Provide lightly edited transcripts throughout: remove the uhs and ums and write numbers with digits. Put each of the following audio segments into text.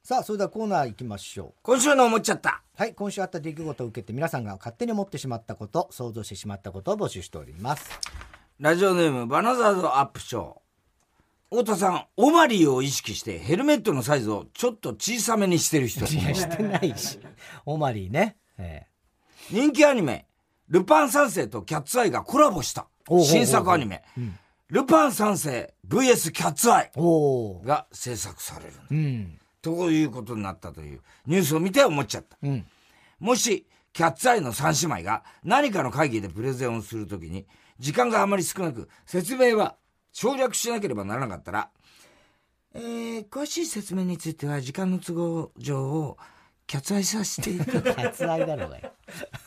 さあそれではコーナー行きましょう。 今週の思っちゃった。 はい、今週あった出来事を受けて皆さんが勝手に思ってしまったこと、想像してしまったことを募集しております。 ラジオネームバナザードアップショー。太田さん、オマリーを意識してヘルメットのサイズをちょっと小さめにしてる人。 いやしてないしオマリーね、 人気アニメルパン三世とキャッツアイがコラボした新作アニメ、ルパン三世 VS キャッツアイが制作される、ということになったというニュースを見て思っちゃった、もしキャッツアイの三姉妹が何かの会議でプレゼンをするときに時間があまり少なく説明は省略しなければならなかったら、詳しい説明については時間の都合上キャッツアイさせていただキャッツアイだろうがよ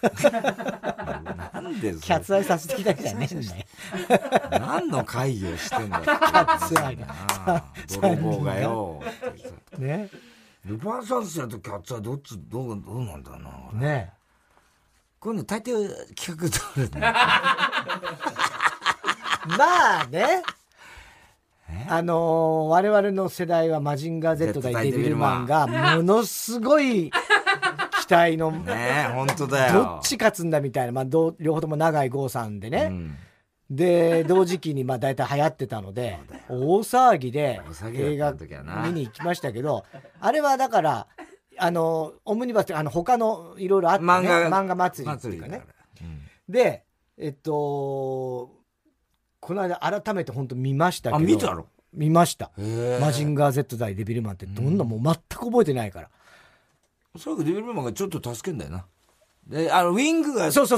なんでキャッツアイさせていただきたいねんだよ何の会議をしてんだってキャッツアイが泥棒がよね、 ルパン三世とキャッツアイどうなんだろうなね。 こういうの大抵企画通るねまあね、我々の世代はマジンガー Z 対デビルマンがものすごい期待のねえ本当だよ、 どっち勝つんだみたいな、まあ、両方とも長井豪さんでね、で同時期にまあ大体流行ってたので大騒ぎで映画見に行きましたけど、あれはだからオムニバスって他のいろいろあってね、漫画祭りっていうかね、でこの間改めて本当見ましたけど。 見たの？ 見ました。マジンガー Z 対デビルマンってどんなもう全く覚えてないから。 そうか、デビルマンがちょっと助けんだよな。で、ウィングが。 そう、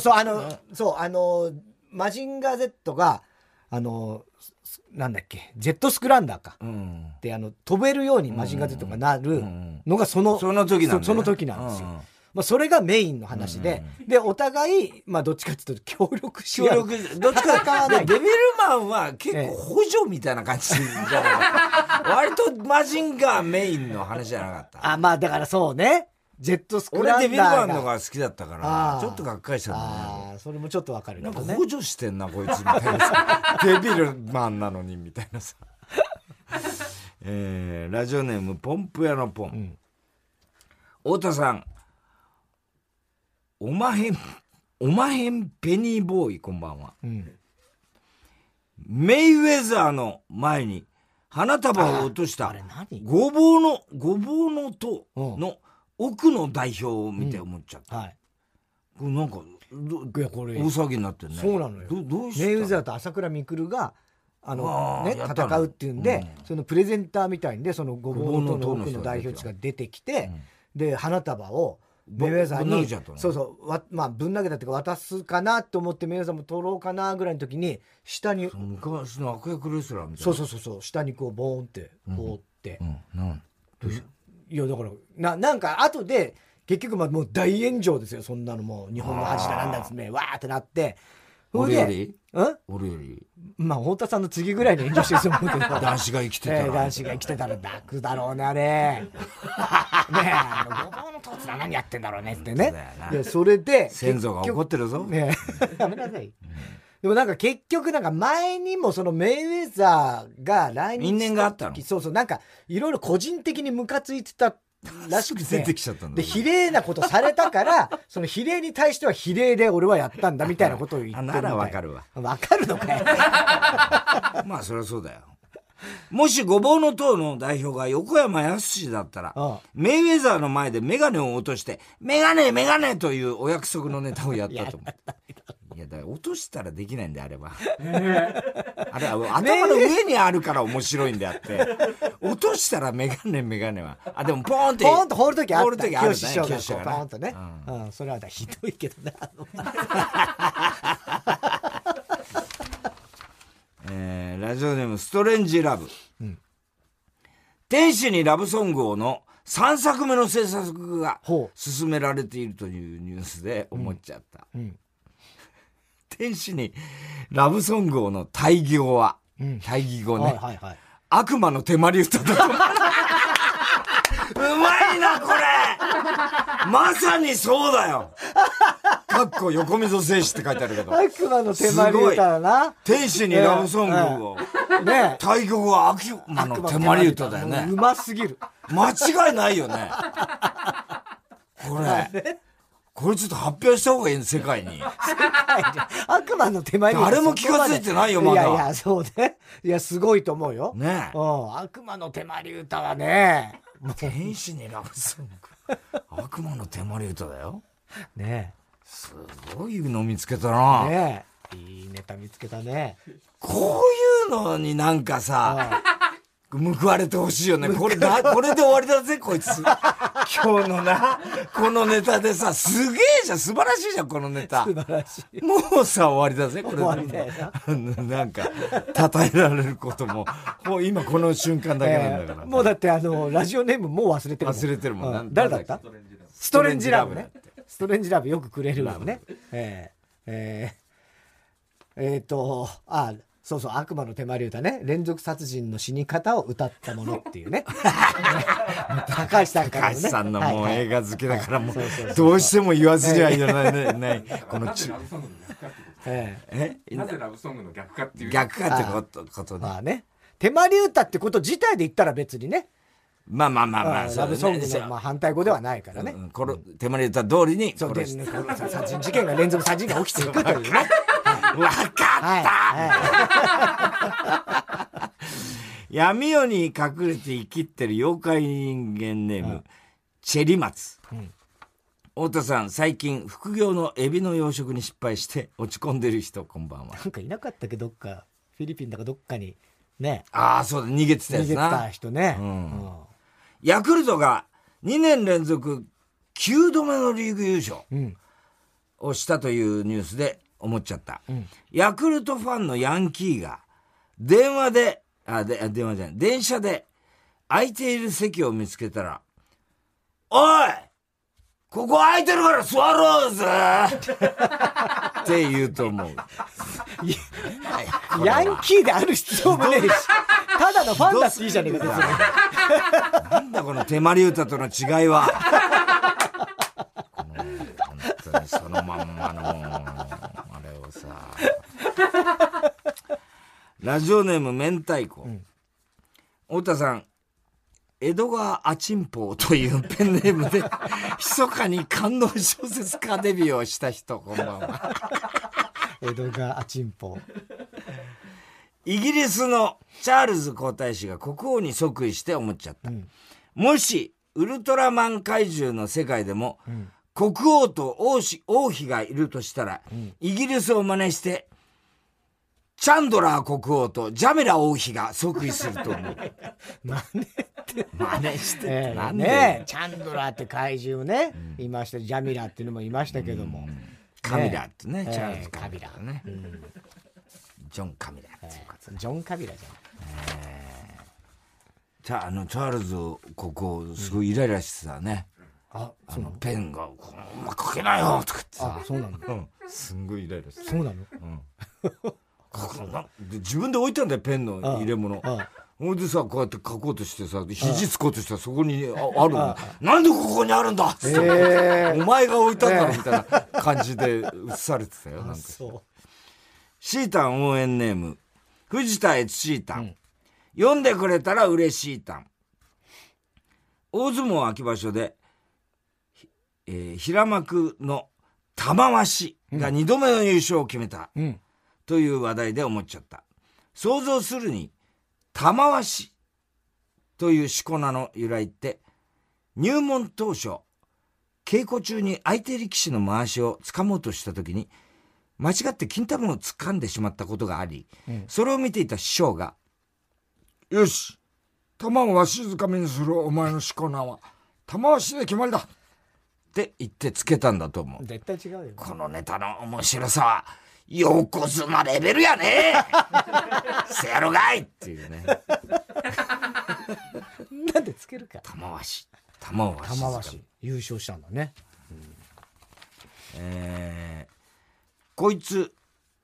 マジンガー Z が、なんだっけ、ジェットスクランダーか。で、飛べるようにマジンガー Z がなるのがその時なんですよ。まあ、それがメインの話で、で、お互い、まあ、どっちかっていうと協力し合う。 どっちかで、デビルマンは結構補助みたいな感じじゃない、割とマジンガーメインの話じゃなかった。 まあ、だからそうね。ジェットスクランダーが。 俺デビルマンのが好きだったから、ちょっとがっかりしたんだね。 それもちょっとわかるけどね。 なんか補助してんな、こいつみたいなさ。デビルマンなのに、みたいなさ。ラジオネーム、ポンプ屋のポン。太田さん。おまへんペニーボーイ、こんばんは。メイウェザーの前に花束を落としたごぼうの塔の奥の代表を見て思っちゃった。これなんかこれ大騒ぎになってるね。 そうなのよ。 どうした？ メイウェザーと朝倉未来が戦うっていうんで、そのプレゼンターみたいんでそのごぼうの塔の奥の代表地が出てきて、で花束をメイウェザーにまあぶん投げたっていうか渡すかなと思ってメイウェザーも取ろうかなぐらいの時に下に昔の悪役レスラーみたいなそう下にこうボーンって放って、いやだからなんか後で結局まあもう大炎上ですよ。そんなのもう日本の恥だなんだっつってわーってなって、 俺よりまあ太田さんの次ぐらいに炎上してると思うけど男子が生きてたら男子が生きてたら泣くだろうねあれねえごぼうの塔って何やってんだろうねってね。いやそれで先祖が怒ってるぞねえやめなさい。でもなんか結局なんか前にもそのメイウェザーが来日因縁があったの。 そうなんかいろいろ個人的にムカついてたらしくて出てきちゃったんだ。 で比例なことされたからその比例に対しては比例で俺はやったんだみたいなことを言ってるみたいな。 ならわかるわ。 わかるのかよまあそりゃそうだよ。もしごぼうの塔の代表が横山やすしだったら、メイウェザーの前でメガネを落としてメガネというお約束のネタをやったと思う。いやだから落としたらできないんだよあれは、あれは頭の上にあるから面白いんであって落としたらメガネはでもポーンと放るときあった。 清志師匠がこうポーンとね、それはひどいけどねラジオネームストレンジラブ、天使にラブソングをの3作目の制作が進められているというニュースで思っちゃった、天使にラブソングをの対義語ね、悪魔の手まり歌だとうまいなこれまさにそうだよかっこ横溝静止って書いてあるけど悪魔の手まり歌だな。 天使にラブソングを、対義語は悪魔の手まり歌だよね。 うますぎる。 間違いないよね。これちょっと発表した方がいいの、世界に。 悪魔の手前に。 誰も気がついてないよ、まだ。 いや、そうね。いや、すごいと思うよ。 ねえ。悪魔の手まり歌はね。 天使にラブソング。悪魔の手まり歌だよ。 ねえ。 すごいの見つけたな。 ねえ。いいネタ見つけたね。 こういうのになんかさ、報われてほしいよね。これで終わりだぜ、こいつ。今日のこのネタでさ、すげえじゃん、素晴らしいじゃん、このネタ。 素晴らしい。 もうさ、終わりだぜ、これ。 終わりだよな。なんか、称えられることも、もう今この瞬間だけなんだから。 もうだってラジオネームもう忘れてるもん。 忘れてるもん。 誰だった？ストレンジラブね。ストレンジラブよくくれるわね。そうそう、悪魔の手まり歌ね。連続殺人の死に方を歌ったものっていうね。高橋さんからね。高橋さんのもう映画好きだからもう、どうしても言わずにはいらない。このなぜラブソングの逆かっていう。 逆かってことね。 まあね。手まり歌ってこと自体で言ったら別にね。 まあ。 ラブソングの反対語ではないからね。 この手まり歌通りに。 そうですね。殺人事件が連続殺人が起きていくというね。 わかった、闇夜に隠れて生きってる妖怪人間ネーム、チェリマツ。太田さん、最近副業のエビの養殖に失敗して落ち込んでる人、こんばんは。 なんかいなかったっけ、どっかフィリピンだかどっかにね。 ああ、そうだ、逃げてたやつな。 逃げてた人ね。 ヤクルトが2年連続9度目のリーグ優勝をしたというニュースで思っちゃった。ヤクルトファンのヤンキーが電車で空いている席を見つけたら、おい、ここ空いてるから座ろうぜって言うと思う。 ヤンキーである必要もねえし、ただのファンだっていいじゃねえか、別に。 なんだこの手まり歌との違いは。本当にそのまんまの、あれをさ。ラジオネーム明太子。太田さん、江戸川アチンポウというペンネームで密かに官能小説家デビューをした人、こんばんは。 江戸川アチンポウ。 イギリスのチャールズ皇太子が国王に即位して思っちゃった。もしウルトラマン怪獣の世界でも、国王と王妃がいるとしたら、イギリスを真似してチャンドラー国王とジャミラ王妃が即位すると思う。 真似してなんでね、チャンドラーって怪獣ね、いました。ジャミラっていうのもいましたけども、 カミラってね、チャールズカミラね、ジョン・カミラっていうか、 ジョン・カミラじゃん。チャールズ国王すごいイライラしてたね。ペンが「書けないよ」とか言ってさ。 そうなんだ。 すんごいイライラして。 そうなの。 自分で置いたんだよ、ペンの入れ物。ほんでさ、こうやって書こうとしてさ、肘つこうとしたらそこにあるの。なんでここにあるんだって、お前が置いたんだろみたいな感じで映されてたよ。なんかシータン応援ネーム、藤田悦シータン。読んでくれたら嬉しいタン。大相撲秋場所で、平幕の玉鷲が2度目の優勝を決めた。という話題で思っちゃった。想像するに、玉鷲というしこ名の由来って、入門当初、稽古中に相手力士の回しを掴もうとした時に、間違って金玉を掴んでしまったことがあり、それを見ていた師匠が、よし、玉をわしづかみにするお前のしこ名は、玉鷲で決まりだって言ってつけたんだと思う。 絶対違うよ。 このネタの面白さは、横綱レベルやねせやろがいっていうね。 なんでつけるか。 玉鷲優勝したんだね。 こいつ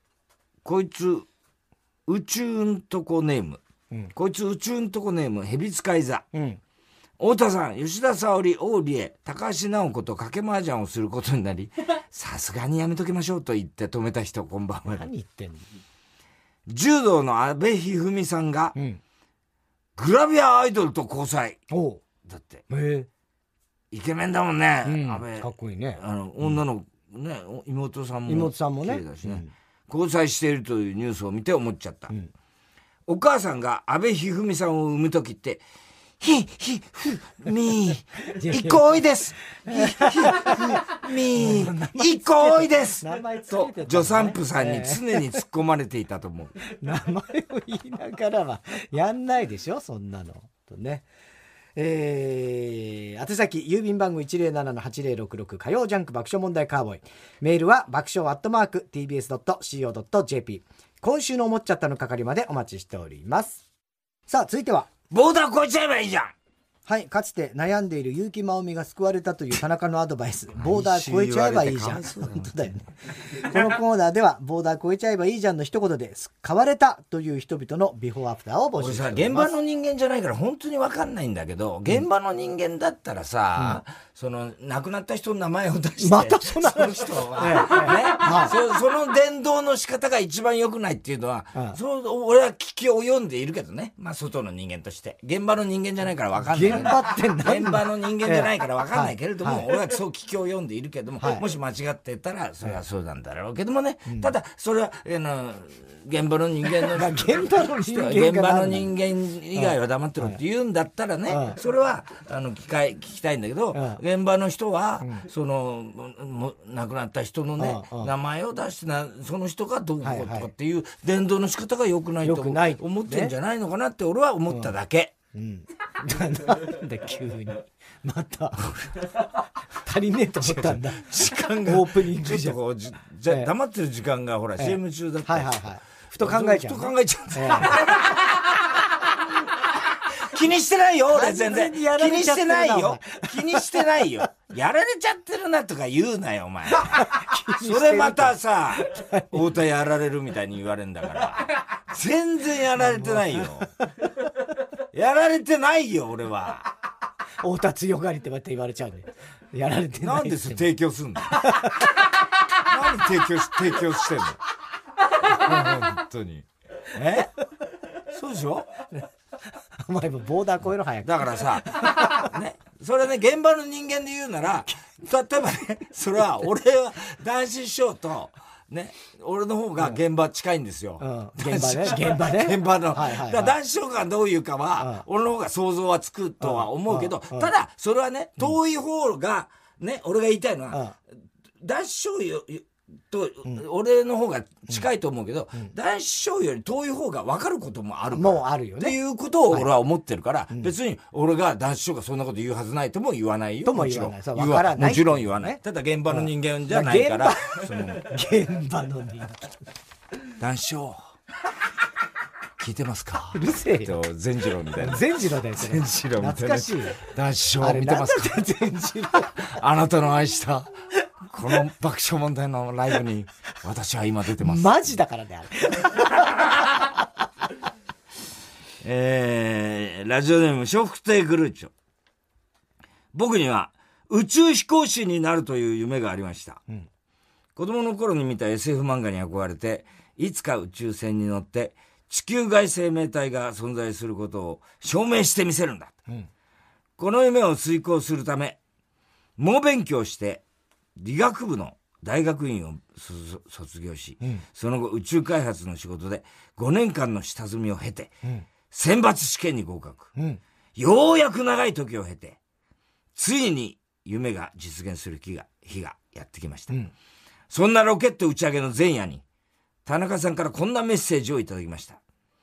宇宙んとこネーム、こいつ宇宙んとこネーム蛇使い座。太田さん、吉田沙保里、王理恵、高橋直子と賭け麻雀をすることになり、さすがにやめときましょうと言って止めた人、こんばんは。 何言ってんの。 柔道の阿部一二三さんが、グラビアアイドルと交際。 だって。イケメンだもんね、安倍。 かっこいいね。 女のね、妹さんも。 妹さんもね。 綺麗だしね。交際しているというニュースを見て思っちゃった。お母さんが安倍一二三さんを産むときって、ひみ憩いです。み憩いです。と助産婦さんに常に突っ込まれていたと思う。 名前を言いながらはやんないでしょ、そんなのとね。宛先郵便番号 107-8066 火曜ジャンク爆笑問題カーボーイ。メールは爆笑@tbs.co.jp。今週の思っちゃったの係までお待ちしております。さあ続いては、 ボーダー越えちゃえばいいじゃん。 はい、かつて悩んでいる結城まおみが救われたという田中のアドバイス。ボーダー越えちゃえばいいじゃん。本当だよね。このコーナーではボーダー越えちゃえばいいじゃんの一言で変われたという人々のビフォーアフターを募集しております。 俺さ、現場の人間じゃないから本当に分かんないんだけど、現場の人間だったらさ、その亡くなった人の名前を出して、 またその人は、その伝道の仕方が一番良くないっていうのは、俺は聞き及んでいるけどね。まあ外の人間として、現場の人間じゃないから分かんない。 現場って何？ 現場の人間じゃないから分かんないけれども、俺はそう聞き及んでいるけども、もし間違ってたらそれはそうなんだろうけどもね。ただそれは現場の人間の現場の人間現場の人間以外は黙ってろって言うんだったらね、それは聞きたいんだけど、現場の人はその亡くなった人のね名前を出してその人がどうこうとかっていう伝道の仕方が良くないと思ってんじゃないのかなって俺は思っただけ。 なんで急にまた足りねえと思ったんだ。 時間がオープニングじゃ黙ってる時間がほら CM 中だった。 ふと考えちゃう。 気にしてないよ俺全然。気にしてないよ。気にしてないよ。やられちゃってるなとか言うなよお前。それまたさ、太田やられるみたいに言われるんだから。全然やられてないよ。やられてないよ俺は。 太田強がりってまた言われちゃうね。やられてない。 なんで提供すんの？何提供してんの？本当に。そうでしょ？ お前もボーダー越えろ早く。 だからさ、ね、それね、現場の人間で言うなら、例えばね、それは、俺は、男子師匠と、ね、俺の方が現場近いんですよ。 現場の。 男子師匠がどういうかは、俺の方が想像はつくとは思うけど、ただ、それはね、遠い方が、ね、俺が言いたいのは、男子師匠と俺の方が近いと思うけど、男子師匠より遠い方が分かることもあるからもうあるよねっていうことを俺は思ってるから、別に俺が男子師匠がそんなこと言うはずないとも言わないよ。 とも言わない。 分からない。もちろん言わない。ただ現場の人間じゃないから。 現場の人間。 男子師匠聞いてますか？ うるせえよ。 善次郎みたいな。 善次郎だよ。 善次郎みたいな。 懐かしいよ。 男子師匠見てますか？善次郎。あなたの愛したこの爆笑問題のライブに私は今出てます。 マジだからね、 あれ。ラジオネーム笑福亭グルーチョ。僕には宇宙飛行士になるという夢がありました。子供の頃に見た SF 漫画に憧れて、いつか宇宙船に乗って地球外生命体が存在することを証明してみせるんだ。この夢を遂行するため、猛勉強して理学部の大学院を卒業し、その後宇宙開発の仕事で5年間の下積みを経て、選抜試験に合格、ようやく長い時を経てついに夢が実現する日がやってきました、そんなロケット打ち上げの前夜に田中さんからこんなメッセージをいただきました。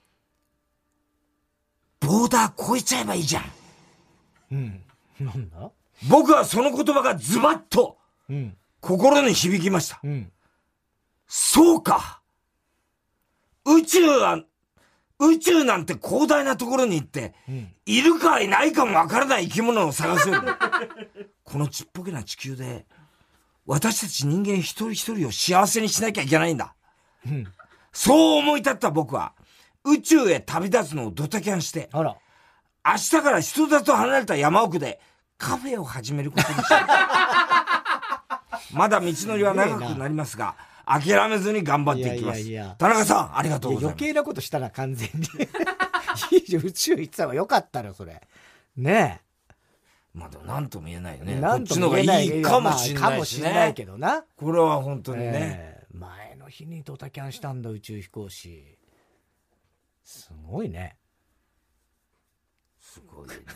ボーダー越えちゃえばいいじゃん。 なんだ？ 僕はその言葉がズバッと心に響きました。そうか。宇宙なんて広大なところに行って、いるかいないかもわからない生き物を探せる。このちっぽけな地球で、私たち人間一人一人を幸せにしなきゃいけないんだ。そう思い立った僕は、宇宙へ旅立つのをドタキャンして、明日から人里離れた山奥でカフェを始めることにした。まだ道のりは長くなりますが、諦めずに頑張っていきます。田中さん、ありがとうございます。 余計なことしたな、完全に。いいじゃん、宇宙行ってた方がよかったの、それ。ねまだ何とも言えないよね。こっちの方がいいかもしれないしね。 かもしれないけどな。 これは本当にね。 前の日にドタキャンしたんだ、宇宙飛行士。すごいね。 すごいね。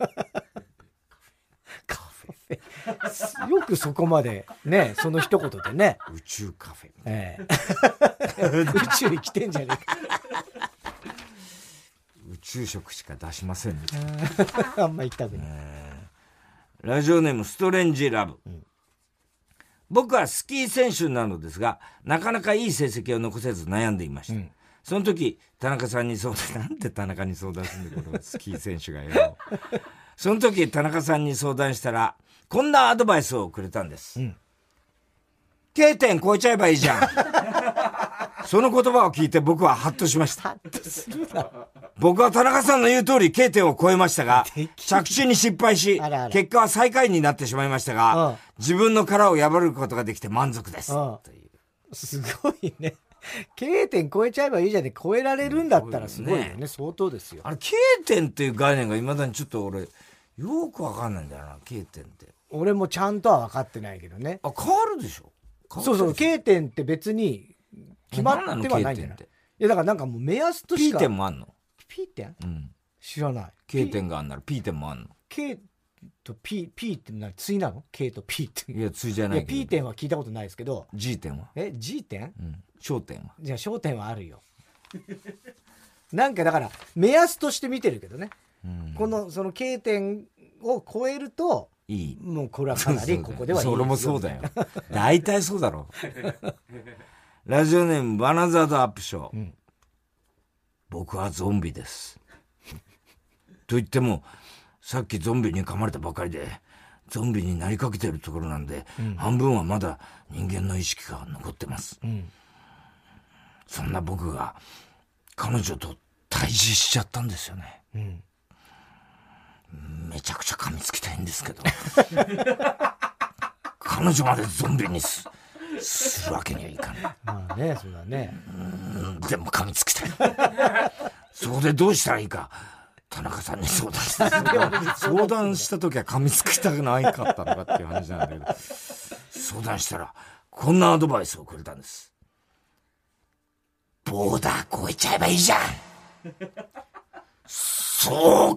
カフェ。よくそこまでね、その一言でね。 宇宙カフェ。 宇宙に来てんじゃねえか。 宇宙食しか出しませんね。 あんま言ったくない。 ラジオネームストレンジラブ。僕はスキー選手なのですが、なかなかいい成績を残せず悩んでいました。その時、田中さんに相談、なんで田中に相談するんだよ、このスキー選手がよ。その時、田中さんに相談したら、こんなアドバイスをくれたんです。K 点超えちゃえばいいじゃん。その言葉を聞いて僕はハッとしました。僕は田中さんの言う通り K 点を超えましたが、着地に失敗し、結果は最下位になってしまいましたが、自分の殻を破ることができて満足です。 すごいね。K 点超えちゃえばいいじゃんね。超えられるんだったらすごいよね。相当ですよ。 K 点っていう概念が未だにちょっと俺、よくわかんないんだよな、K 点って。 俺もちゃんとは分かってないけどね。 変わるでしょ。 そうそう、K 点って別に決まってはないんじゃない？いや、だからなんかもう目安としか。 P 点もあんの？ P 点？ うん。 知らない。 K 点があんなら P 点もあんの？ K と P って何？対なの？ K と P って。 いや、対じゃないけど。 いや、P 点は聞いたことないですけど。 G 点は ？G 点？ うん。焦点は？ じゃあ焦点はあるよ。なんかだから目安として見てるけどね。このその K 点を超えるといい。 もうこれはかなりここではいい。 それもそうだよ。大体そうだろう。ラジオネームバナザードアップショー。僕はゾンビです。と言ってもさっきゾンビに噛まれたばかりでゾンビになりかけてるところなんで、半分はまだ人間の意識が残ってます。そんな僕が彼女と対峙しちゃったんですよね。めちゃくちゃ噛みつきたいんですけど彼女までゾンビにするわけにはいかない。 まあね、そうだね。 でも噛みつきたい。そこでどうしたらいいか田中さんに相談した相談した時は噛みつきたくないかったのかっていう話なんだけど、相談したらこんなアドバイスをくれたんです。ボーダー越えちゃえばいいじゃん。そう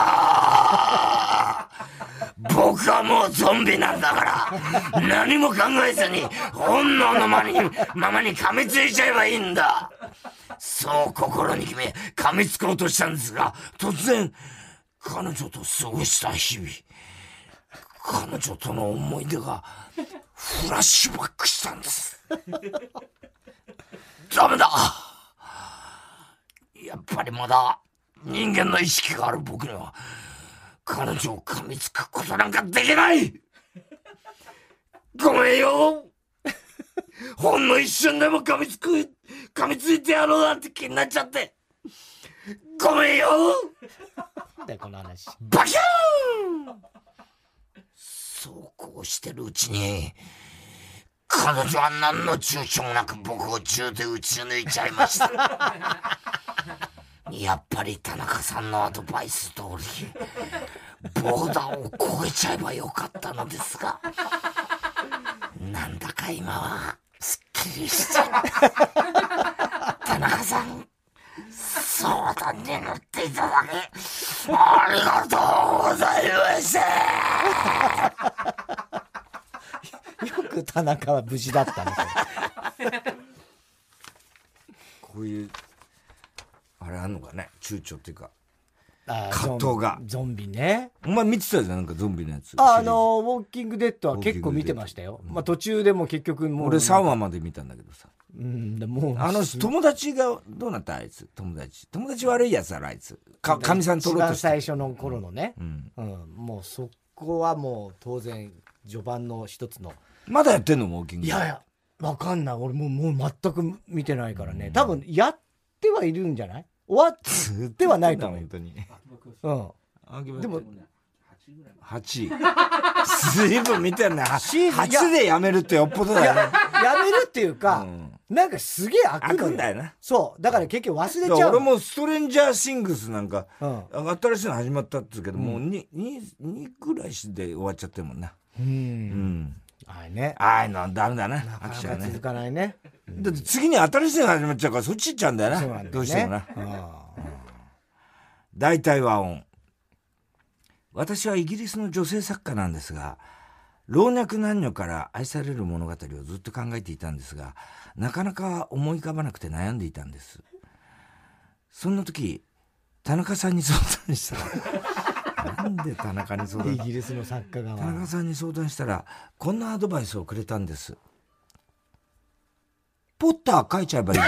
か僕はもうゾンビなんだから何も考えずに本能のままに噛みついちゃえばいいんだ。そう心に決め噛みつこうとしたんですが、突然彼女と過ごした日々、彼女との思い出がフラッシュバックしたんです。ダメだ、やっぱりまだ人間の意識がある僕には彼女を噛みつくことなんかできない。ごめんよほんの一瞬でも噛みついてやろうなんて気になっちゃってごめんよ。 でこの話バキューン。そうこうしてるうちに彼女は何の躊躇もなく僕を銃で撃ち抜いちゃいました。やっぱり田中さんのアドバイス通りボーダーを越えちゃえばよかったのですが、なんだか今はすっきりしちゃった田中さん、相談に乗っていただきありがとうございました。 よく田中は無事だったね。 こういうあれあんのかね、躊躇っていうか葛藤が。 ゾンビね。 お前見てたじゃん、なんかゾンビのやつ。 ウォーキングデッドは結構見てましたよ。まあ途中でも結局もう俺3話まで見たんだけどさ。 もう友達がどうなった？あいつ友達悪いやつだろあいつ。かみさん取ろうとして。 一番最初の頃のね。もうそこはもう当然序盤の一つの。 まだやってんの？ウォーキング。 いやわかんない。俺もう全く見てないからね。多分やってはいるんじゃない？終わってはないと思う。 本当に。 でも 8随分見てるね。8でやめるってよっぽどだよね。 やめるっていうか、 なんかすげえ開くんだよな。 そうだから結局忘れちゃう。 俺もストレンジャーシングスなんか、新しいの始まったって言うけど、もう 2ぐらいで終わっちゃってるもんな。 あれね。 ああいうのダメだな。 なかなか続かないね。 だって次に新しいの始まっちゃうからそっち行っちゃうんだよな。 そうなんだよね。 どうしてもな。大体和音。私はイギリスの女性作家なんですが、老若男女から愛される物語をずっと考えていたんですが、なかなか思い浮かばなくて悩んでいたんです。そんな時、田中さんに相談したらなんで田中に相談イギリスの作家が田中さんに相談したらこんなアドバイスをくれたんです。ポッター書いちゃえばいい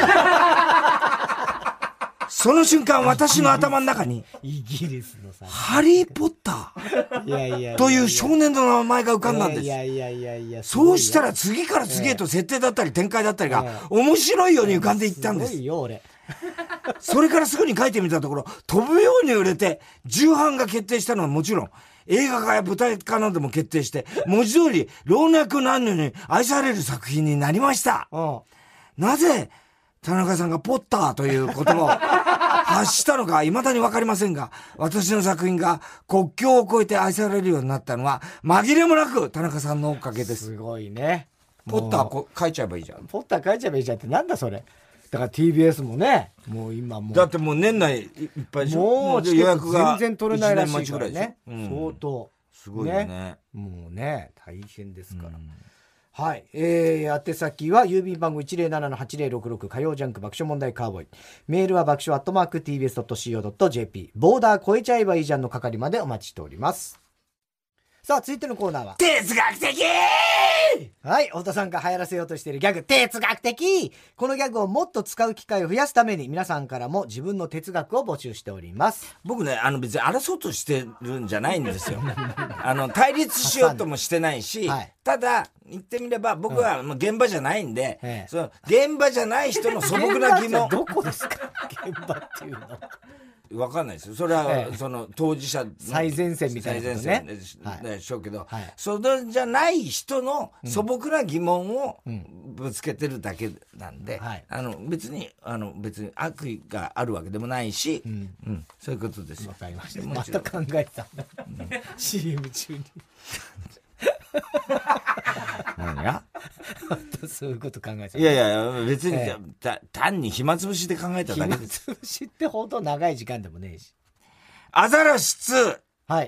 その瞬間私の頭の中にイギリスのさハリー・ポッターという少年の名前が浮かんだんです。そうしたら次から次へと設定だったり展開だったりが面白いように浮かんでいったんです。 すごいよ俺それからすぐに書いてみたところ飛ぶように売れて重版が決定したのはもちろん映画化や舞台化なども決定して文字通り老若男女に愛される作品になりました。なぜ田中さんがポッターという言葉を発したのか未だに分かりませんが、私の作品が国境を越えて愛されるようになったのは紛れもなく田中さんのおかげです。 すごいね。 ポッター書いちゃえばいいじゃん。 ポッター書いちゃえばいいじゃんってなんだそれ。だから TBS もね、もう今もうだってもう年内いっぱいでしょ。 もう予約が全然取れないらしいからね。相当すごいよね。 もうね大変ですから。はい、宛先は郵便番号 107-8066 火曜ジャンク爆笑問題カーボーイ。メールは爆笑@tbs.co.jp ボーダー越えちゃえばいいじゃんの係までお待ちしております。さあ続いてのコーナーは哲学的。 はい、太田さんが流行らせようとしているギャグ哲学的。このギャグをもっと使う機会を増やすために皆さんからも自分の哲学を募集しております。 僕ね別に争おうとしてるんじゃないんですよ対立しようともしてないし、ただ言ってみれば僕はもう現場じゃないんで、その現場じゃない人の素朴な疑問どこですか現場っていうのわかんないですよ。それは、その当事者最前線みたいなことね。 でしょうけど、それじゃない人の素朴な疑問をぶつけてるだけなんで、別に悪意があるわけでもないし、そういうことですよ。 わかりました。また考えたんだ。CM 中に。 何がそういうこと考えた。 いや別に、単に暇つぶしで考えただけです。 暇つぶしってほど長い時間でもねえし。 アザラシ2。 はい。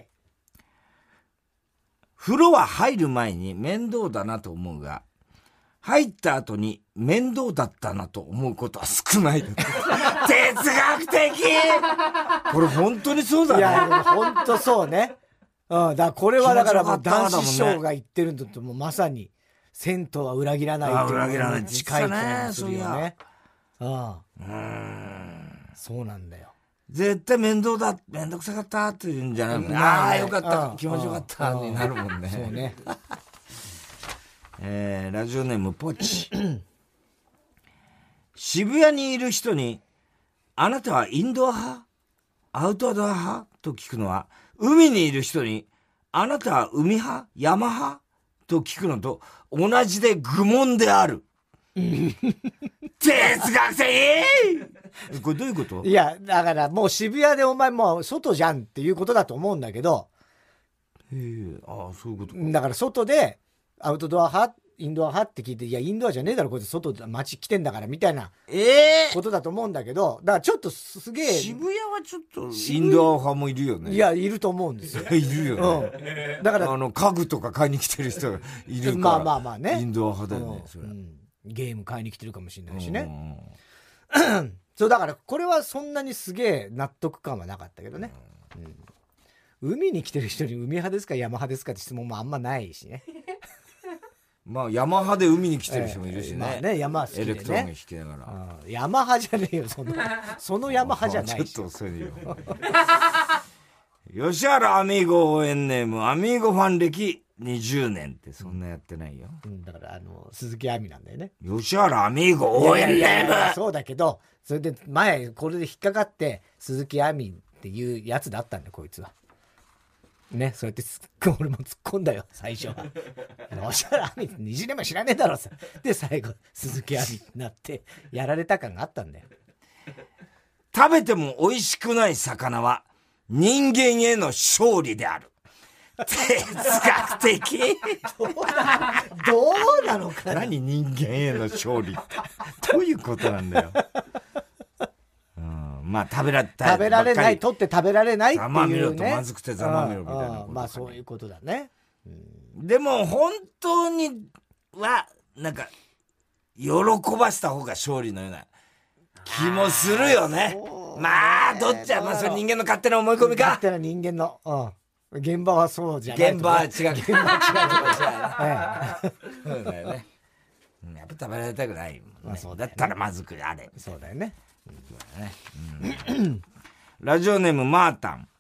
風呂は入る前に面倒だなと思うが、入った後に面倒だったなと思うことは少ない。哲学的。これ本当にそうだね。 いや本当そうね。だからこれはだからもう男子師匠が言ってるんだともうまさに銭湯は裏切らないっていうのに近い気がするよね。そうなんだよ。 絶対面倒くさかったって言うんじゃないもんね。ああよかった気持ちよかったになるもんね。 そうね。 ラジオネームポチ。渋谷にいる人にあなたはインドア派アウトドア派と聞くのは、海にいる人にあなたは海派山派と聞くのと同じで愚問である。哲学的。これどういうこと？ いやだからもう渋谷でお前もう外じゃんっていうことだと思うんだけど、 そういうことか。 だから外でアウトドア派インドア派って聞いて、いやインドアじゃねえだろこいつ外街来てんだからみたいなことだと思うんだけど、だからちょっとすげえ渋谷はちょっとインドア派もいるよね。 いやいると思うんですよ。 いるよね。だから家具とか買いに来てる人がいるから。まあね。インドア派だよね。それゲーム買いに来てるかもしれないしね。そうだからこれはそんなにすげえ納得感はなかったけどね。海に来てる人に海派ですか山派ですかって質問もあんまないしね。 まあ山派で海に来てる人もいるしね。 まあね山好きでね。 エレクトロン弾きながら。 山派じゃねえよその山派じゃないし。 ちょっと遅いよ。吉原アミーゴ応援ネームアミーゴファン歴20年ってそんなやってないよ。 だから鈴木亜美なんだよね。 吉原アミーゴ応援ネーム。 そうだけどそれで前これで引っかかって鈴木亜美っていうやつだったんだよこいつは。 ね、そうやって俺も突っ込んだよ、最初は。おしゃれ網って20年前知らねえだろさ。で、最後、鈴木亜美になって、やられた感があったんだよ。 食べても美味しくない魚は、人間への勝利である。哲学的どうなのかな。 何人間への勝利って。どういうことなんだよ。まあ食べられない、 取って食べられないっていうね。 ざまみろとまずくてざまみろみたいなこと、 まあそういうことだね。 でも本当には、なんか、喜ばした方が勝利のような気もするよね。まあ、どっちは、まあそれ人間の勝手な思い込みか。 勝手な人間の。現場はそうじゃない。 現場は違う。現場は違う。そうだよね。やっぱ食べられたくないもんね。だったらまずくあれ。 そうだよね。 ラジオネームマータン。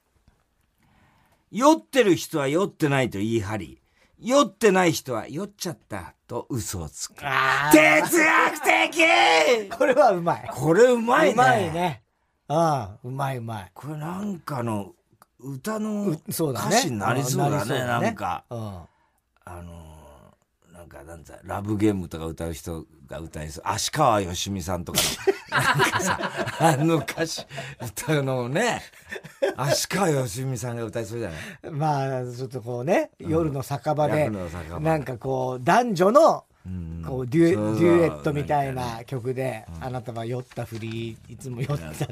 酔ってる人は酔ってないと言い張り、酔ってない人は酔っちゃったと嘘をつく。哲学的これはうまい。 これうまいね。 うまいね。うまい。 これなんかの歌の歌詞になりそうだね、なんか。なんかラブゲームとか歌う人が歌いそう。芦川よしみさんとかの。なんかさ、歌詞歌うのをね、芦川よしみさんが歌いそうじゃない？ まあ、ちょっとこうね、夜の酒場で、なんかこう、男女の、こうデュエットみたいな曲で、あなたは酔ったふり、いつも酔ったって。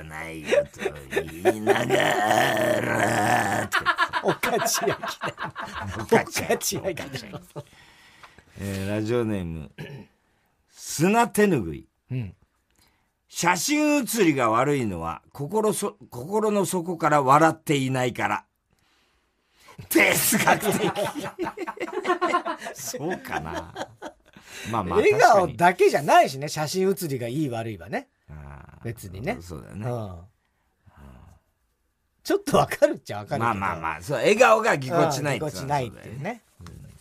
ないよと言いながら、 おかち焼きだ。おかち焼きだ。 ラジオネーム砂手ぬぐい、写真写りが悪いのは心の底から笑っていないから哲学的そうかな。まあ笑顔だけじゃないしね、写真写りがいい悪いはね、別にね。 そうだよね、 ちょっとわかるっちゃわかるけど、 まあそう、笑顔がぎこちないってぎこちないっていうね。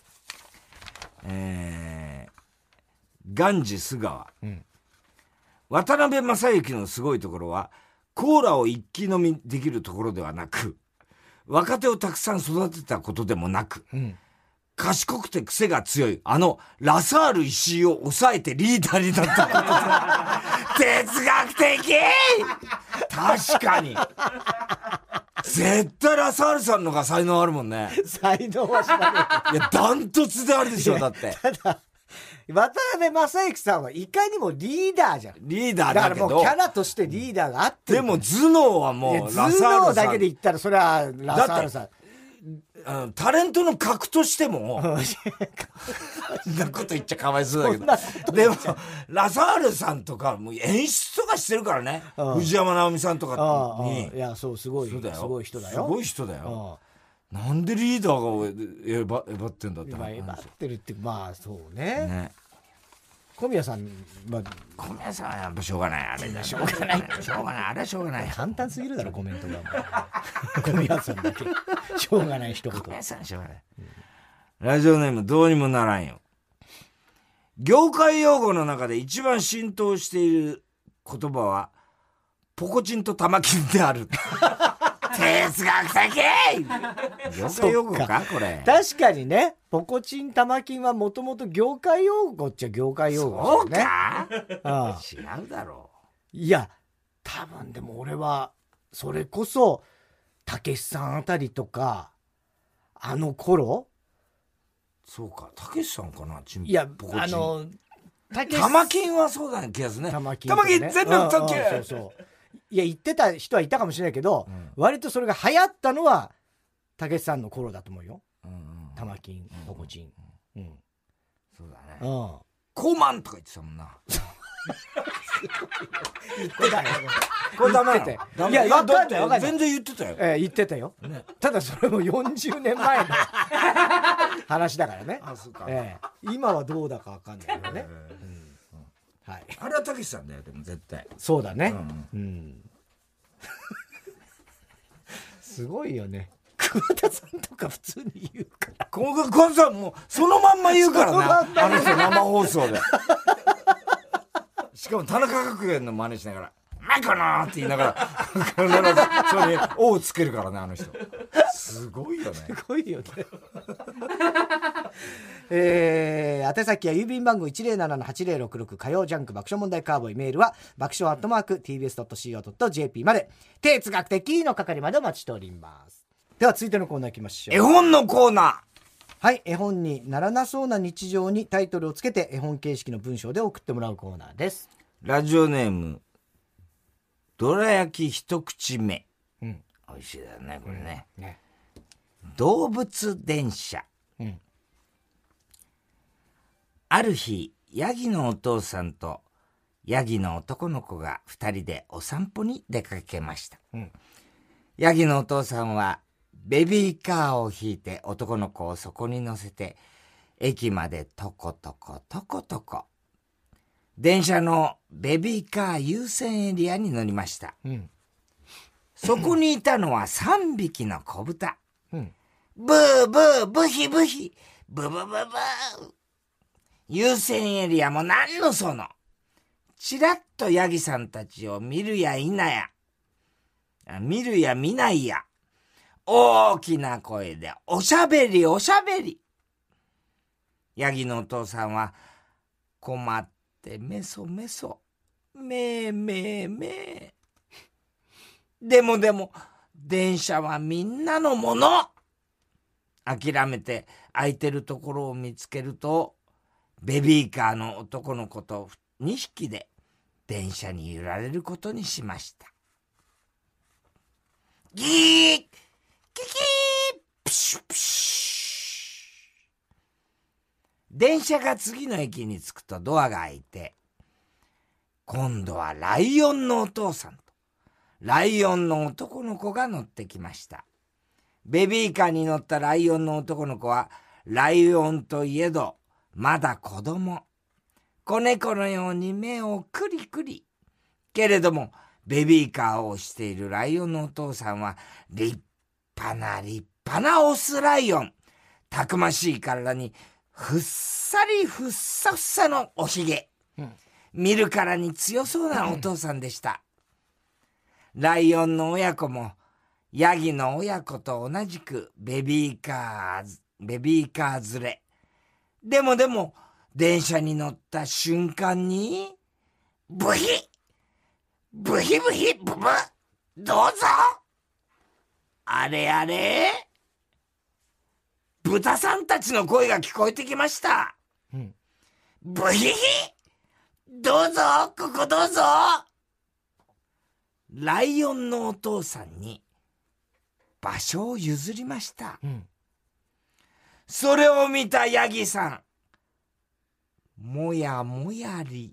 ガンジス川、渡辺正行のすごいところはコーラを一気飲みできるところではなく、若手をたくさん育てたことでもなく、賢くて癖が強いラサール石井を抑えてリーダーになったことで哲学的確かに絶対ラサールさんのが才能あるもんね。 才能は知らない。 いや、ダントツであるでしょ、だって。 ただ、渡辺正行さんはいかにもリーダーじゃん。 リーダーだけど。 だからもうキャラとしてリーダーがあってる。 でも頭脳はもうラサールさん。 頭脳だけで言ったらそれはラサールさん。 タレントの格としても、そんなこと言っちゃかわいそうだけど。でも、ラサールさんとか、もう演出とかしてるからね。藤山直美さんとかに。 いや、そう、すごい人だよ。 すごい人だよ。なんでリーダーがえばってんだってえばってるって、まあ、そうね。小宮さんは、 小宮さんはやっぱしょうがない。あれだ。 しょうがない。 あれはしょうがない。 簡単すぎるだろ、コメントが。小宮さんだけ。しょうがない一言。 小宮さんしょうがない。ラジオネームどうにもならんよ。業界用語の中で一番浸透している言葉は、ポコチンと玉金である。哲学的業界用語かこれ。 確かにね、ポコチン玉金はもともと業界用語っちゃ業界用語だよね。 そうか違うだろう。いや、多分でも俺は、それこそ、たけしさんあたりとか、あの頃そうか、たけしさんかな。 いや、 玉金はそうだね、気がするね。 玉金全部特急。 そうそう。いや、言ってた人はいたかもしれないけど、割とそれが流行ったのは、たけしさんの頃だと思うよ。玉金、ポコチン。 そうだね。コーマンとか言ってたもんな。 言ってたよ。 これダメだよ。 いや、わかんない。 全然言ってたよ。 言ってたよ。ただそれも40年前の話だからね。今はどうだかわかんないけどね。はい。 あれはたけしさんだよ、でも絶対。 そうだね。すごいよね。桑田さんとか普通に言うから。 桑田さんもうそのまんま言うからな。あの人生放送で。しかも田中角栄の真似しながら、マイコのーって言いながら、必ずそれに「お」をつけるからね、あの人。すすごいよね。 すごいよね。宛先は郵便番号 107-8066 火曜ジャンク爆笑問題カーボーイ。メールは爆笑@tbs.co.jp まで。哲学的の係までお待ちしております。では続いてのコーナー行きましょう。 絵本のコーナー。 はい、絵本にならなそうな日常にタイトルをつけて絵本形式の文章で送ってもらうコーナーです。 ラジオネームどら焼き一口目。美味しいだよねこれね。動物電車。ある日、ヤギのお父さんとヤギの男の子が2人でお散歩に出かけました。ヤギのお父さんはベビーカーを引いて男の子をそこに乗せて駅までトコトコトコトコ。電車のベビーカー優先エリアに乗りました。そこにいたのは3匹の子豚。ブーブーブヒブヒブブブブー。優先エリアも何のその。ちらっとヤギさんたちを見るや否や。見るや見ないや。大きな声でおしゃべりおしゃべり。ヤギのお父さんは困ってメソメソ。めーめーめー。でも電車はみんなのもの。諦めて空いてるところを見つけると、ベビーカーの男の子と2匹で電車に揺られることにしました。ギーキキープシュプシュ。電車が次の駅に着くとドアが開いて、今度はライオンのお父さんとライオンの男の子が乗ってきました。ベビーカーに乗ったライオンの男の子は、ライオンといえどまだ子供。子猫のように目をクリクリ。けれどもベビーカーを押しているライオンのお父さんは立派なオスライオン。たくましい体にふっさりふっさふさのおひげ。見るからに強そうなお父さんでした。ライオンの親子もヤギの親子と同じくベビーカー連れ。でも電車に乗った瞬間にブヒブヒブヒブブ、どうぞ。あれあれ、豚さんたちの声が聞こえてきました。ブヒヒ、どうぞ、ここどうぞ。ライオンのお父さんに場所を譲りました。それを見たヤギさん、もやもやり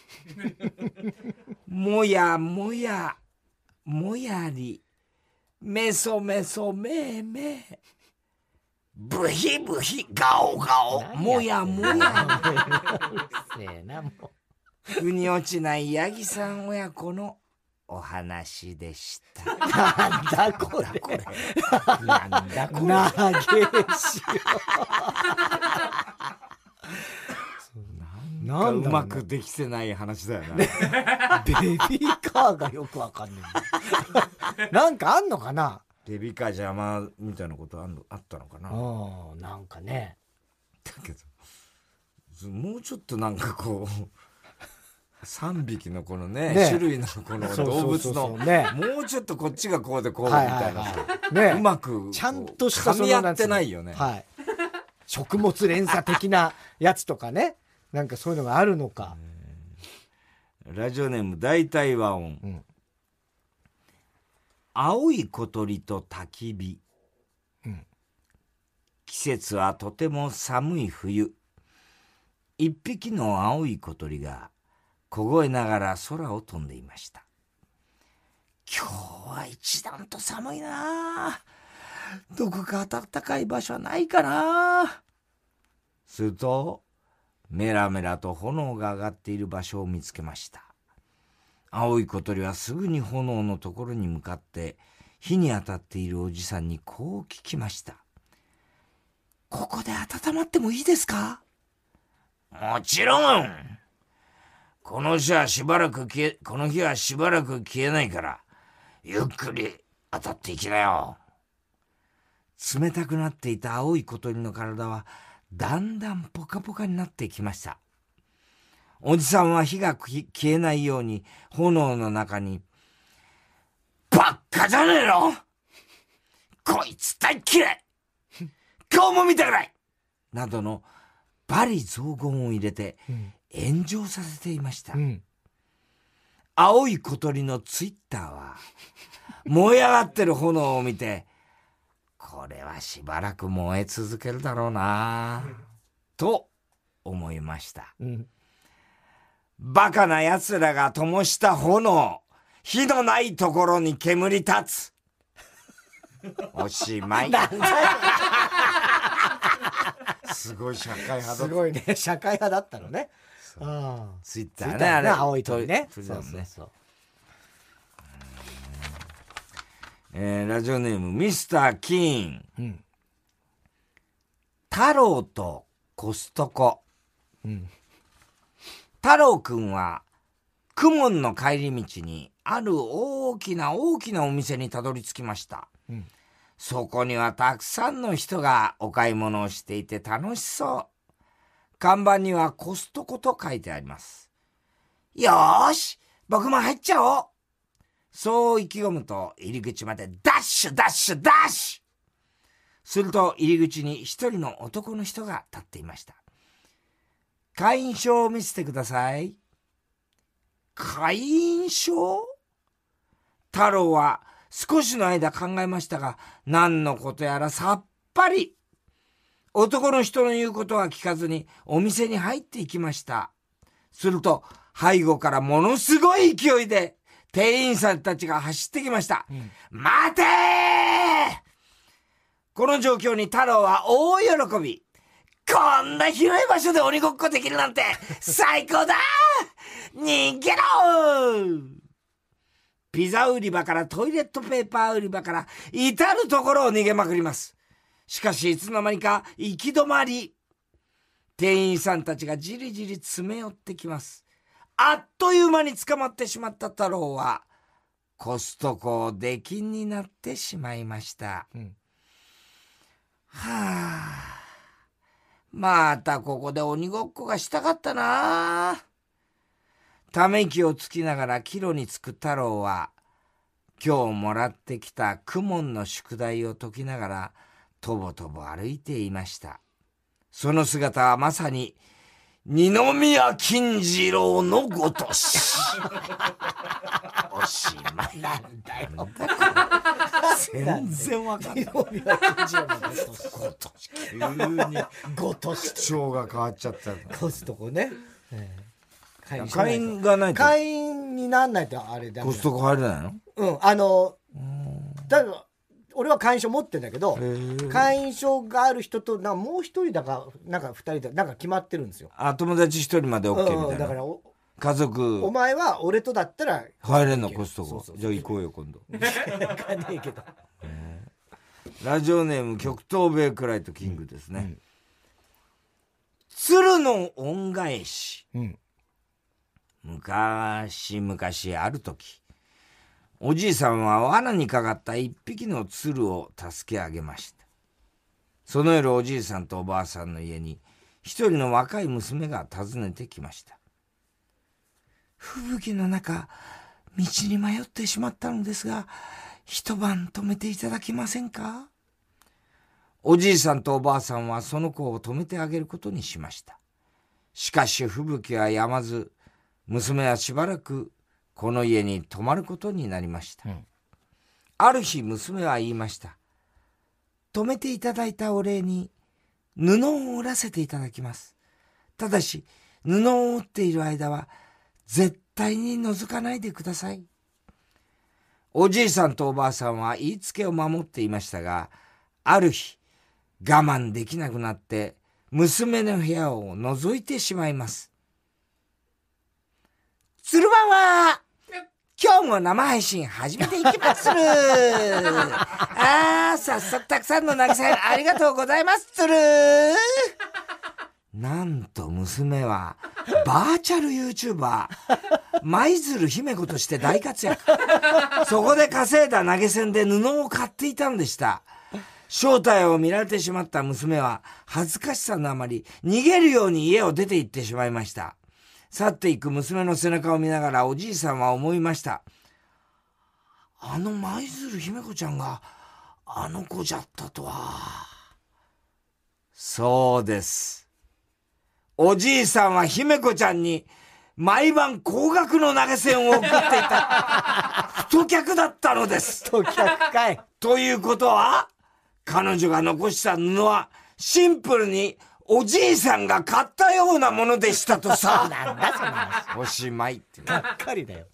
もやもやもやり、メソメソメーメー、ブヒブヒガオガオ、もやもや。うるせえなもう。腑に落ちないヤギさん親子のお話でした。 なんだこれ。なんだこれ。長えしよ。 なんかうまくできてない話だよね。 ベビーカーがよくわかんない。なんかあんのかな。 ベビーカー邪魔みたいなことあったのかな。 なんかね。 だけどもうちょっとなんかこう。3匹のこのね種類のこの動物のもうちょっとこっちがこうでこうみたいな、うまくちゃんとした噛み合ってないよね。 食物連鎖的なやつとかね、なんかそういうのがあるのか。 ラジオネーム大体和音。青い小鳥と焚き火。季節はとても寒い冬。一匹の青い小鳥が凍えながら空を飛んでいました。今日は一段と寒いな。どこか暖かい場所はないかな。するとメラメラと炎が上がっている場所を見つけました。青い小鳥はすぐに炎のところに向かって火に当たっているおじさんにこう聞きました。ここで温まってもいいですか。もちろん。この日はしばらく消えないから、ゆっくり当たっていきなよ。 冷たくなっていた青い小鳥の体はだんだんポカポカになってきました。おじさんは火が消えないように炎の中に、ばっかじゃねえの、こいつ大嫌い、顔も見たくないなどの罵詈雑言を入れて炎上させていました。青い小鳥のツイッターは燃え上がってる炎を見て、これはしばらく燃え続けるだろうなと思いました。バカな奴らが灯した炎、火のないところに煙立つ。おしまい。すごい社会派だった。 すごいね、社会派だったのね。 ツイッターね、あれ。 青い鳥ね。 そうそうそう。ラジオネームミスター・キーン、太郎とコストコ、太郎くんは公文の帰り道にある大きなお店にたどり着きました、そこにはたくさんの人がお買い物をしていて楽しそう。看板にはコストコと書いてあります。よーし、僕も入っちゃおう。そう意気込むと入り口までダッシュダッシュダッシュ。すると入り口に一人の男の人が立っていました。会員証を見せてください。会員証？太郎は少しの間考えましたが、何のことやらさっぱり。男の人の言うことは聞かずにお店に入っていきました。すると背後からものすごい勢いで店員さんたちが走ってきました。待てー！この状況に太郎は大喜び。こんな広い場所で鬼ごっこできるなんて最高だー！逃げろー！ピザ売り場からトイレットペーパー売り場から至るところを逃げまくります。しかしいつの間にか行き止まり。店員さんたちがじりじり詰め寄ってきます。あっという間に捕まってしまった太郎はコストコを出禁になってしまいました、またここで鬼ごっこがしたかったな。ため息をつきながら帰路に着く太郎は今日もらってきた公文の宿題を解きながらとぼとぼ歩いていました。その姿はまさに二宮金次郎のごとし。おしまい。なんだよ。全然わかんない。二宮金次郎のごとし。急にごとし。口調が変わっちゃった。 コストコね。 会員がないと。 会員になんないとあれだ。 コストコ入れないの？ だから俺は会員証持ってんだけど、会員証がある人ともう一人だかなんか二人だなんか決まってるんですよ。 友達一人まで OK みたいな。 だから家族。 お前は俺とだったら入れんのコストコ。じゃあ行こうよ今度。 行かねえけど。 ラジオネーム極東ベイクライトキングですね。鶴の恩返し。昔々ある時。おじいさんは罠にかかった一匹の鶴を助け上げました。その夜おじいさんとおばあさんの家に一人の若い娘が訪ねてきました。吹雪の中、道に迷ってしまったのですが、一晩泊めていただけませんか？おじいさんとおばあさんはその子を泊めてあげることにしました。しかし吹雪は止まず、娘はしばらくこの家に泊まることになりました、ある日娘は言いました。泊めていただいたお礼に布を織らせていただきます。ただし布を織っている間は絶対に覗かないでください。おじいさんとおばあさんは言いつけを守っていましたが、ある日我慢できなくなって娘の部屋を覗いてしまいます。鶴番は今日も生配信始めていきまする。早速たくさんの投げ銭ありがとうございますつる。なんと娘はバーチャル YouTuber 舞鶴姫子として大活躍。そこで稼いだ投げ銭で布を買っていたのでした。 正体を見られてしまった娘は恥ずかしさのあまり逃げるように家を出て行ってしまいました。去っていく娘の背中を見ながらおじいさんは思いました。舞鶴姫子ちゃんがあの子じゃったとは。そうです。おじいさんは姫子ちゃんに毎晩高額の投げ銭を送っていた太客だったのです。 太客かい。 ということは、彼女が残した布はシンプルにおじいさんが買ったようなものでしたとさ。 なんだその話。 おしまいって。 がっかりだよ。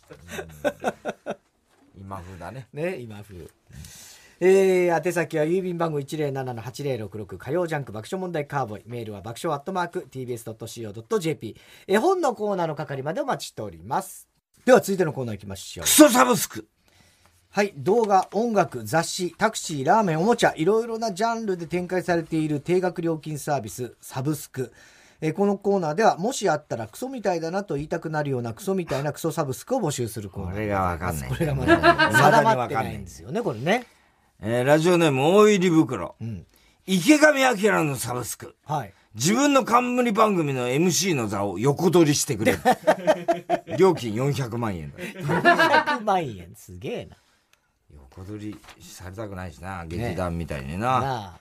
今風だね。 ね、今風。宛先は郵便番号 107-8066 火曜ジャンク爆笑問題カーボーイ。メールは爆笑@tbs.co.jp。絵本のコーナーの係までお待ちしております。では続いてのコーナー行きましょう。 クソサブスク。 はい、動画、音楽、雑誌、タクシー、ラーメン、おもちゃ、いろいろなジャンルで展開されている定額料金サービス、サブスク。このコーナーでは、もしあったらクソみたいだなと言いたくなるようなクソみたいなクソサブスクを募集するコーナー。 これがわかんない。 これがまだ定まってないんですよね、これね。 ラジオネーム大入り袋。池上彰のサブスク。 はい。 自分の冠番組の MC の座を横取りしてくれる。料金400万円だ。 400万円、すげえな。 横取りされたくないしな、劇団みたいにな。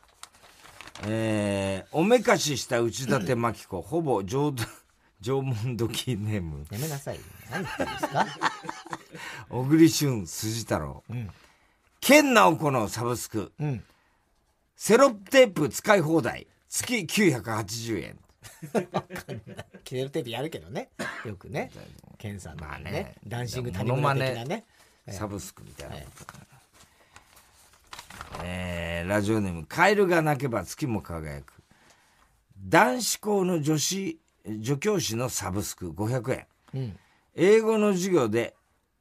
おめかしした内館真紀子、ほぼ縄文時ネーム。 やめなさい。何言ってんですか。 小栗旬筋太郎。健直子のサブスク。セロテープ使い放題。月980円。 セロテープやるけどね。よくね。健さんのね。ダンシング谷村的なね。 サブスクみたいな。ラジオネームカエルが鳴けば月も輝く。男子校の助教師のサブスク500円。英語の授業で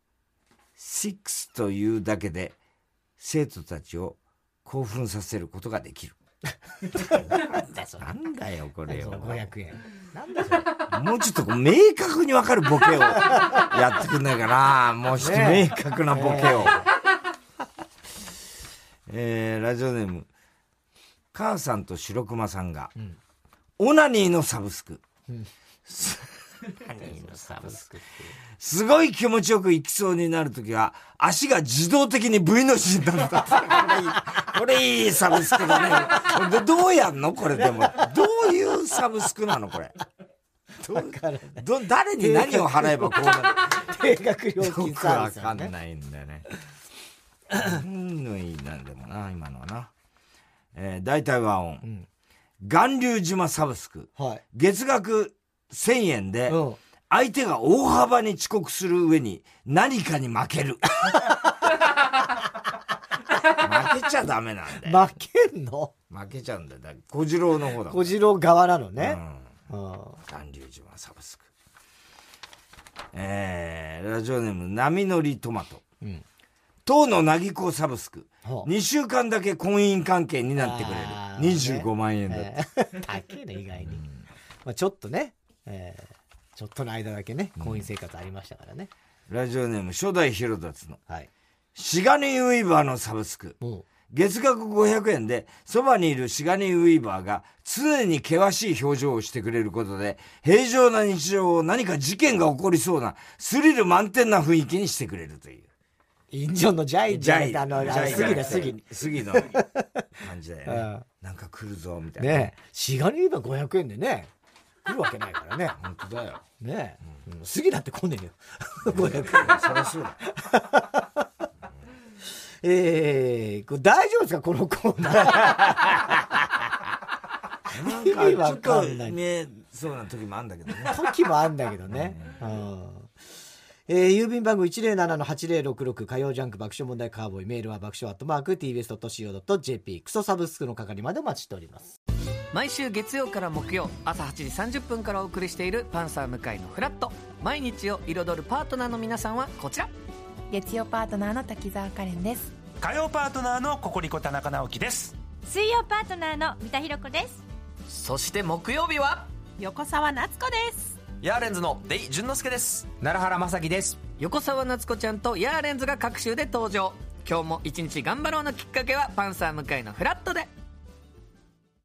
6というだけで生徒たちを興奮させることができる。なんだよこれよ。 500円。なんだそれ。 もうちょっと明確に分かるボケをやってくんないかな。もうちょっと明確なボケを。ラジオネーム母さんと白熊さんが、オナニーのサブスク。すごい気持ちよく行きそうになるときは足が自動的に V の字になるんだ。これいいサブスクだね。どうやんのこれ。でもどういうサブスクなのこれ。誰に何を払えばこうなる。 定額料金サービス、 よくわかんないんだよね。のいいなんでもな今のはな。大体和音、巌流島サブスク、月額1000円で相手が大幅に遅刻する上に何かに負ける。負けちゃダメなんだよ。 負けんの？ 負けちゃうんだよ。小次郎の方だ。 小次郎側なのね。 巌流島サブスク。ラジオネーム波乗りトマト。当のなぎこサブスク。2週間だけ婚姻関係になってくれる。25万円だって。 高いね、意外に。ちょっとね、ちょっとの間だけね、婚姻生活ありましたからね。 ラジオネーム初代ヒロダツの。シガニー・ウィーバーのサブスク。月額500円で、そばにいるシガニー・ウィーバーが常に険しい表情をしてくれることで、平常な日常を何か事件が起こりそうな、スリル満点な雰囲気にしてくれるという。 インジョンのジャイ杉の感じだよね。なんか来るぞみたいな。 ねえ、シガニー・ウィーバー500円でね、来るわけないからね。 本当だよ。 ねえ、杉だって来んねんよ。500円。 そりゃそうだ。 これ大丈夫ですかこのコーナー。意味わかんない。 そうな時もあんだけどね。 時もあんだけどね。郵便番号 107-8066 火曜ジャンク爆笑問題カーボーイ。メールは爆笑@tbs.co.jp。クソサブスクの係までお待ちしております。 毎週月曜から木曜朝8時30分からお送りしているパンサー向井のフラット。毎日を彩るパートナーの皆さんはこちら。 月曜パートナーの滝沢カレンです。 火曜パートナーのココリコ田中直樹です。 水曜パートナーの三田寛子です。 そして木曜日は横澤夏子です。 ヤーレンズのデイ淳之介です。 奈良原雅樹です。 横澤夏子ちゃんとヤーレンズが各週で登場。 今日も一日頑張ろうのきっかけはパンサー向井のフラットで。